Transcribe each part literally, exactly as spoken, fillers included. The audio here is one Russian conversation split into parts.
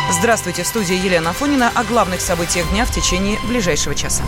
Здравствуйте, в студии Елена Афонина. О главных событиях дня в течение ближайшего часа.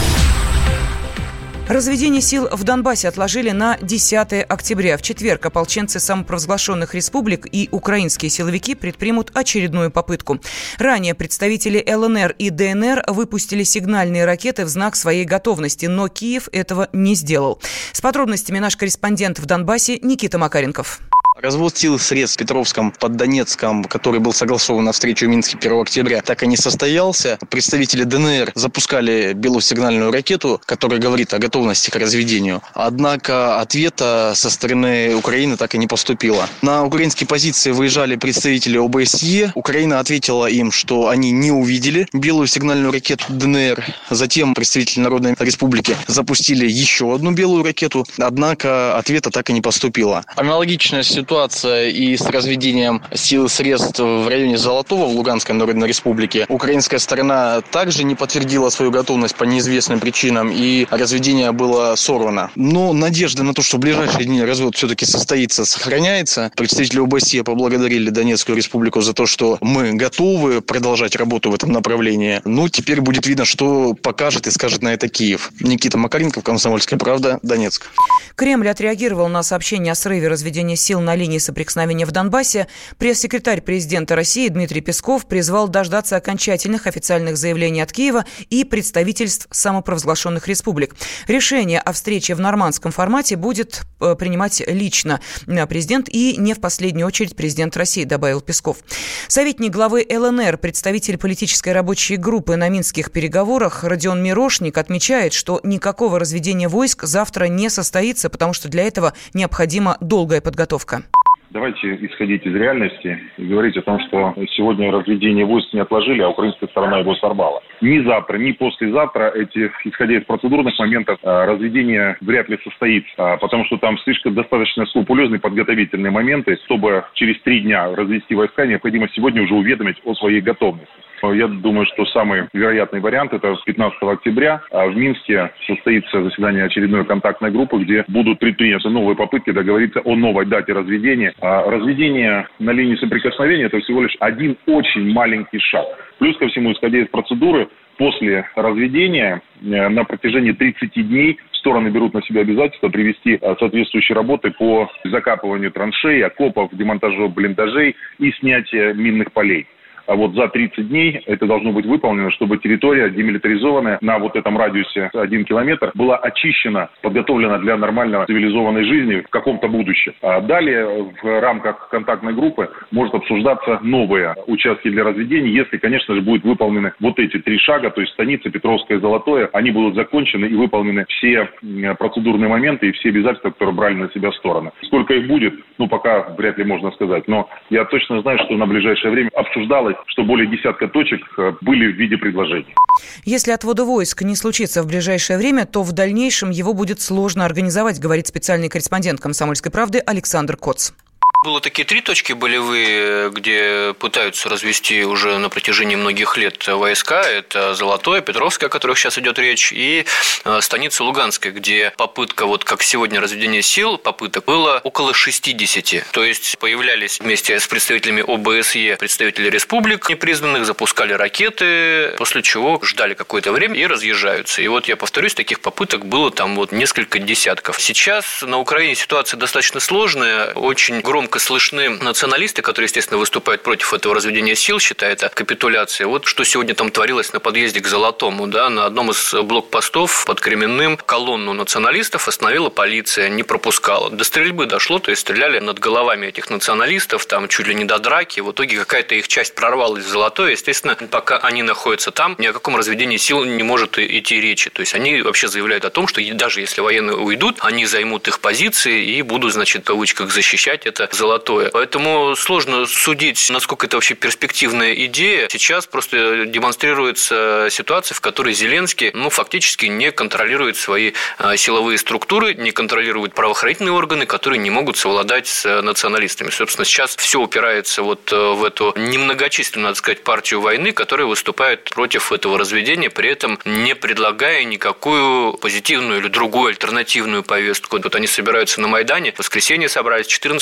Разведение сил в Донбассе отложили на десятое октября. В четверг ополченцы самопровозглашенных республик и украинские силовики предпримут очередную попытку. Ранее представители эл эн эр и дэ эн эр выпустили сигнальные ракеты в знак своей готовности, но Киев этого не сделал. С подробностями наш корреспондент в Донбассе Никита Макаренков. Развод сил и средств в Петровском под Донецком, который был согласован на встречу в Минске первого октября, так и не состоялся. Представители дэ эн эр запускали белую сигнальную ракету, которая говорит о готовности к разведению. Однако ответа со стороны Украины так и не поступило. На украинские позиции выезжали представители о бэ эс е. Украина ответила им, что они не увидели белую сигнальную ракету дэ эн эр. Затем представители Народной Республики запустили еще одну белую ракету. Однако ответа так и не поступило. Аналогичная ситуация Ситуация и с разведением сил и средств в районе Золотого в Луганской Народной Республике. Украинская сторона также не подтвердила свою готовность по неизвестным причинам, и разведение было сорвано. Но надежда на то, что в ближайшие дни развод все-таки состоится, сохраняется. Представители о бэ эс е поблагодарили Донецкую Республику за то, что мы готовы продолжать работу в этом направлении. Ну, теперь будет видно, что покажет и скажет на это Киев. Никита Макаренков, «Комсомольская правда», Донецк. Кремль отреагировал на сообщение о срыве разведения сил на линии соприкосновения в Донбассе. Пресс-секретарь президента России Дмитрий Песков призвал дождаться окончательных официальных заявлений от Киева и представительств самопровозглашенных республик. Решение о встрече в нормандском формате будет принимать лично президент и не в последнюю очередь президент России, добавил Песков. Советник главы эл эн эр, представитель политической рабочей группы на минских переговорах Родион Мирошник отмечает, что никакого разведения войск завтра не состоится, потому что для этого необходима долгая подготовка. Давайте исходить из реальности и говорить о том, что сегодня разведение войск не отложили, а украинская сторона его сорвала. Ни завтра, ни послезавтра, эти, исходя из процедурных моментов, разведение вряд ли состоится, потому что там слишком достаточно скрупулезные подготовительные моменты, чтобы через три дня развести войска, необходимо сегодня уже уведомить о своей готовности. Я думаю, что самый вероятный вариант – это пятнадцатого октября. В Минске состоится заседание очередной контактной группы, где будут предприняты новые попытки договориться о новой дате разведения. А разведение на линии соприкосновения – это всего лишь один очень маленький шаг. Плюс ко всему, исходя из процедуры, после разведения на протяжении тридцати дней стороны берут на себя обязательство привести соответствующие работы по закапыванию траншей, окопов, демонтажу блиндажей и снятию минных полей. А вот за тридцать дней это должно быть выполнено, чтобы территория, демилитаризованная на вот этом радиусе один километр, была очищена, подготовлена для нормальной цивилизованной жизни в каком-то будущем. А далее в рамках контактной группы может обсуждаться новые участки для разведения, если, конечно же, будут выполнены вот эти три шага, то есть станица, Петровское, Золотое, они будут закончены и выполнены все процедурные моменты и все обязательства, которые брали на себя стороны. Сколько их будет, ну пока вряд ли можно сказать, но я точно знаю, что на ближайшее время обсуждалось, что более десятка точек были в виде предложений. Если отвода войск не случится в ближайшее время, то в дальнейшем его будет сложно организовать, говорит специальный корреспондент «Комсомольской правды» Александр Коц. Было такие три точки болевые, где пытаются развести уже на протяжении многих лет войска. Это Золотое, Петровское, о которых сейчас идет речь, и станица Луганская, где попытка, вот как сегодня разведение сил, попыток было около шестидесяти. То есть появлялись вместе с представителями о бэ эс е представители республик непризнанных, запускали ракеты, после чего ждали какое-то время и разъезжаются. И вот я повторюсь, таких попыток было там вот несколько десятков. Сейчас на Украине ситуация достаточно сложная, очень громко слышны националисты, которые, естественно, выступают против этого разведения сил, считая это капитуляцией. Вот что сегодня там творилось на подъезде к Золотому. Да? На одном из блокпостов под Кременным колонну националистов остановила полиция, не пропускала. До стрельбы дошло, то есть стреляли над головами этих националистов, там чуть ли не до драки. В итоге какая-то их часть прорвалась в Золотое. Естественно, пока они находятся там, ни о каком разведении сил не может идти речи. То есть они вообще заявляют о том, что даже если военные уйдут, они займут их позиции и будут, значит, в кавычках защищать это Золотое. Поэтому сложно судить, насколько это вообще перспективная идея. Сейчас просто демонстрируется ситуация, в которой Зеленский, ну, фактически не контролирует свои силовые структуры, не контролирует правоохранительные органы, которые не могут совладать с националистами. Собственно, сейчас все упирается вот в эту немногочисленную, надо сказать, партию войны, которая выступает против этого разведения, при этом не предлагая никакую позитивную или другую альтернативную повестку. Вот они собираются на Майдане, в воскресенье собрались, четырнадцатого октября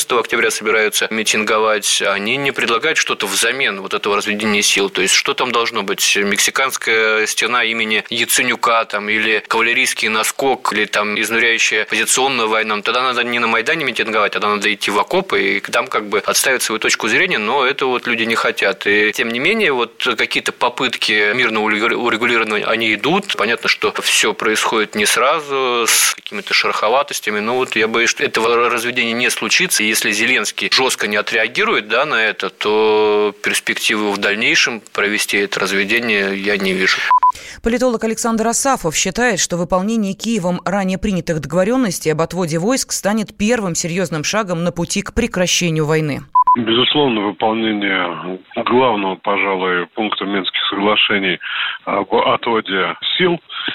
собираются митинговать, они не предлагают что-то взамен вот этого разведения сил. То есть, что там должно быть? Мексиканская стена имени Яценюка там, или кавалерийский наскок, или там изнуряющая позиционная война. Тогда надо не на Майдане митинговать, тогда надо идти в окопы и там как бы отставить свою точку зрения, но это вот люди не хотят. И тем не менее, вот какие-то попытки мирного урегулирования, они идут. Понятно, что все происходит не сразу, с какими-то шероховатостями, но вот я боюсь, что этого разведения не случится. И если Зеленский жестко не отреагирует, да, на это, то перспективы в дальнейшем провести это разведение я не вижу. Политолог Александр Асафов считает, что выполнение Киевом ранее принятых договоренностей об отводе войск станет первым серьезным шагом на пути к прекращению войны. Безусловно, выполнение главного, пожалуй, пункта Минских соглашений об отводе сил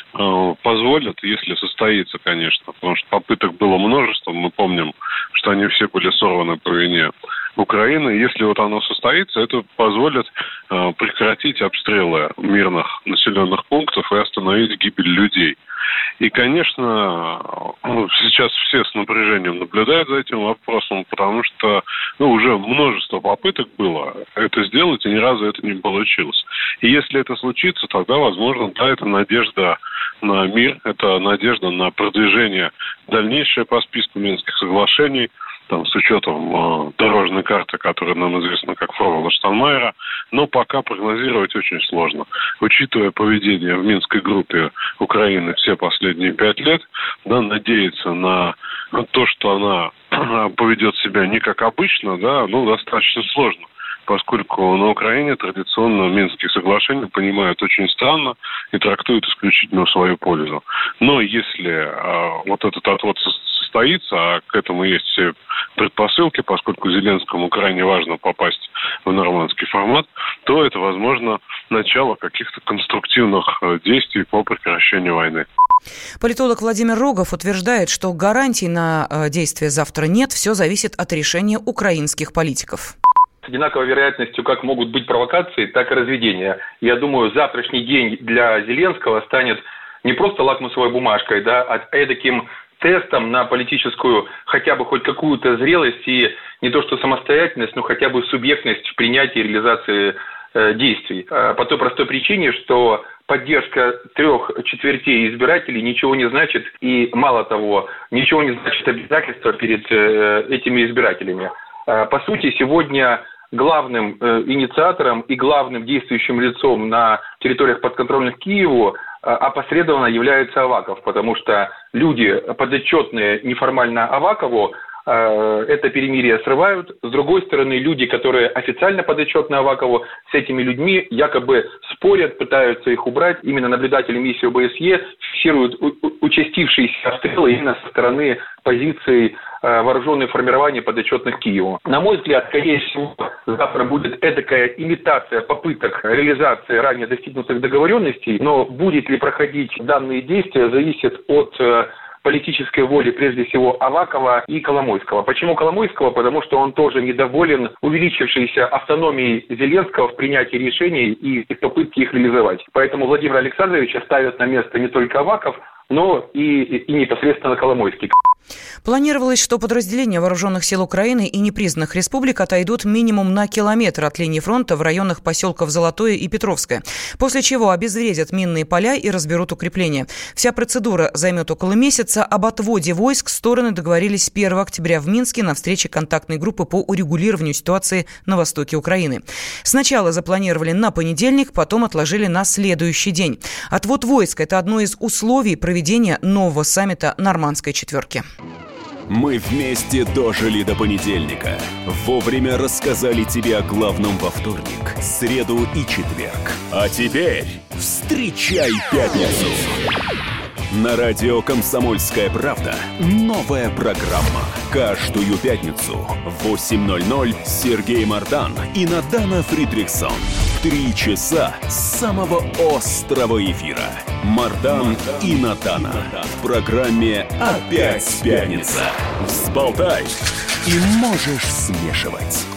позволит, если состоится, конечно, потому что попыток было множество, мы помним, что они все были сорваны по вине Украины. Если вот оно состоится, это позволит прекратить обстрелы мирных населенных пунктов и остановить гибель людей. И, конечно, сейчас все с напряжением наблюдают за этим вопросом, потому что ну, уже множество попыток было это сделать, и ни разу это не получилось. И если это случится, тогда, возможно, да, это надежда на мир, это надежда на продвижение дальнейшее по списку Минских соглашений, там, с учетом э, дорожной карты, которая нам известна как формула Штайнмайера, но пока прогнозировать очень сложно. Учитывая поведение в Минской группе Украины все последние пять лет, да, надеяться на то, что она поведет себя не как обычно, да, ну, достаточно сложно, поскольку на Украине традиционно Минские соглашения понимают очень странно и трактуют исключительно в свою пользу. Но если э, вот этот отвод состоится, а к этому есть все предпосылки, поскольку Зеленскому крайне важно попасть в нормандский формат, то это, возможно, начало каких-то конструктивных действий по прекращению войны. Политолог Владимир Рогов утверждает, что гарантий на действие завтра нет, все зависит от решения украинских политиков. С одинаковой вероятностью как могут быть провокации, так и разведения. Я думаю, завтрашний день для Зеленского станет не просто лакмусовой бумажкой, да, а эдаким тестом на политическую хотя бы хоть какую-то зрелость и не то что самостоятельность, но хотя бы субъектность в принятии и реализации э, действий. А по той простой причине, что поддержка трех четвертей избирателей ничего не значит, и мало того, ничего не значит обязательства перед э, этими избирателями. А, по сути, сегодня главным э, инициатором и главным действующим лицом на территориях подконтрольных Киеву опосредованно является Аваков, потому что люди, подотчетные неформально Авакову, это перемирие срывают. С другой стороны, люди, которые официально подотчетны Авакову, с этими людьми якобы спорят, пытаются их убрать. Именно наблюдатели миссии ОБСЕ фиксируют участившиеся обстрелы именно со стороны позиций вооруженных формирований, подотчетных Киеву. На мой взгляд, скорее всего, завтра будет эдакая имитация попыток реализации ранее достигнутых договоренностей, но будет ли проходить данные действия, зависит от политической воли, прежде всего, Авакова и Коломойского. Почему Коломойского? Потому что он тоже недоволен увеличившейся автономией Зеленского в принятии решений и попытки их реализовать. Поэтому Владимира Александровича ставят на место не только Аваков, но и, и непосредственно Коломойский. Планировалось, что подразделения вооруженных сил Украины и непризнанных республик отойдут минимум на километр от линии фронта в районах поселков Золотое и Петровское, после чего обезвредят минные поля и разберут укрепления. Вся процедура займет около месяца. Об отводе войск стороны договорились первого октября в Минске на встрече контактной группы по урегулированию ситуации на востоке Украины. Сначала запланировали на понедельник, потом отложили на следующий день. Отвод войск – это одно из условий проведения нового саммита Нормандской четверки. Мы вместе дожили до понедельника. Вовремя рассказали тебе о главном во вторник, среду и четверг. А теперь встречай пятницу. На радио «Комсомольская правда» новая программа. Каждую пятницу в восемь ноль ноль Сергей Мардан и Надана Фридрихсон. Три часа самого острого эфира. Мардан и Надана. В программе «Опять пятница». Взболтай и можешь смешивать.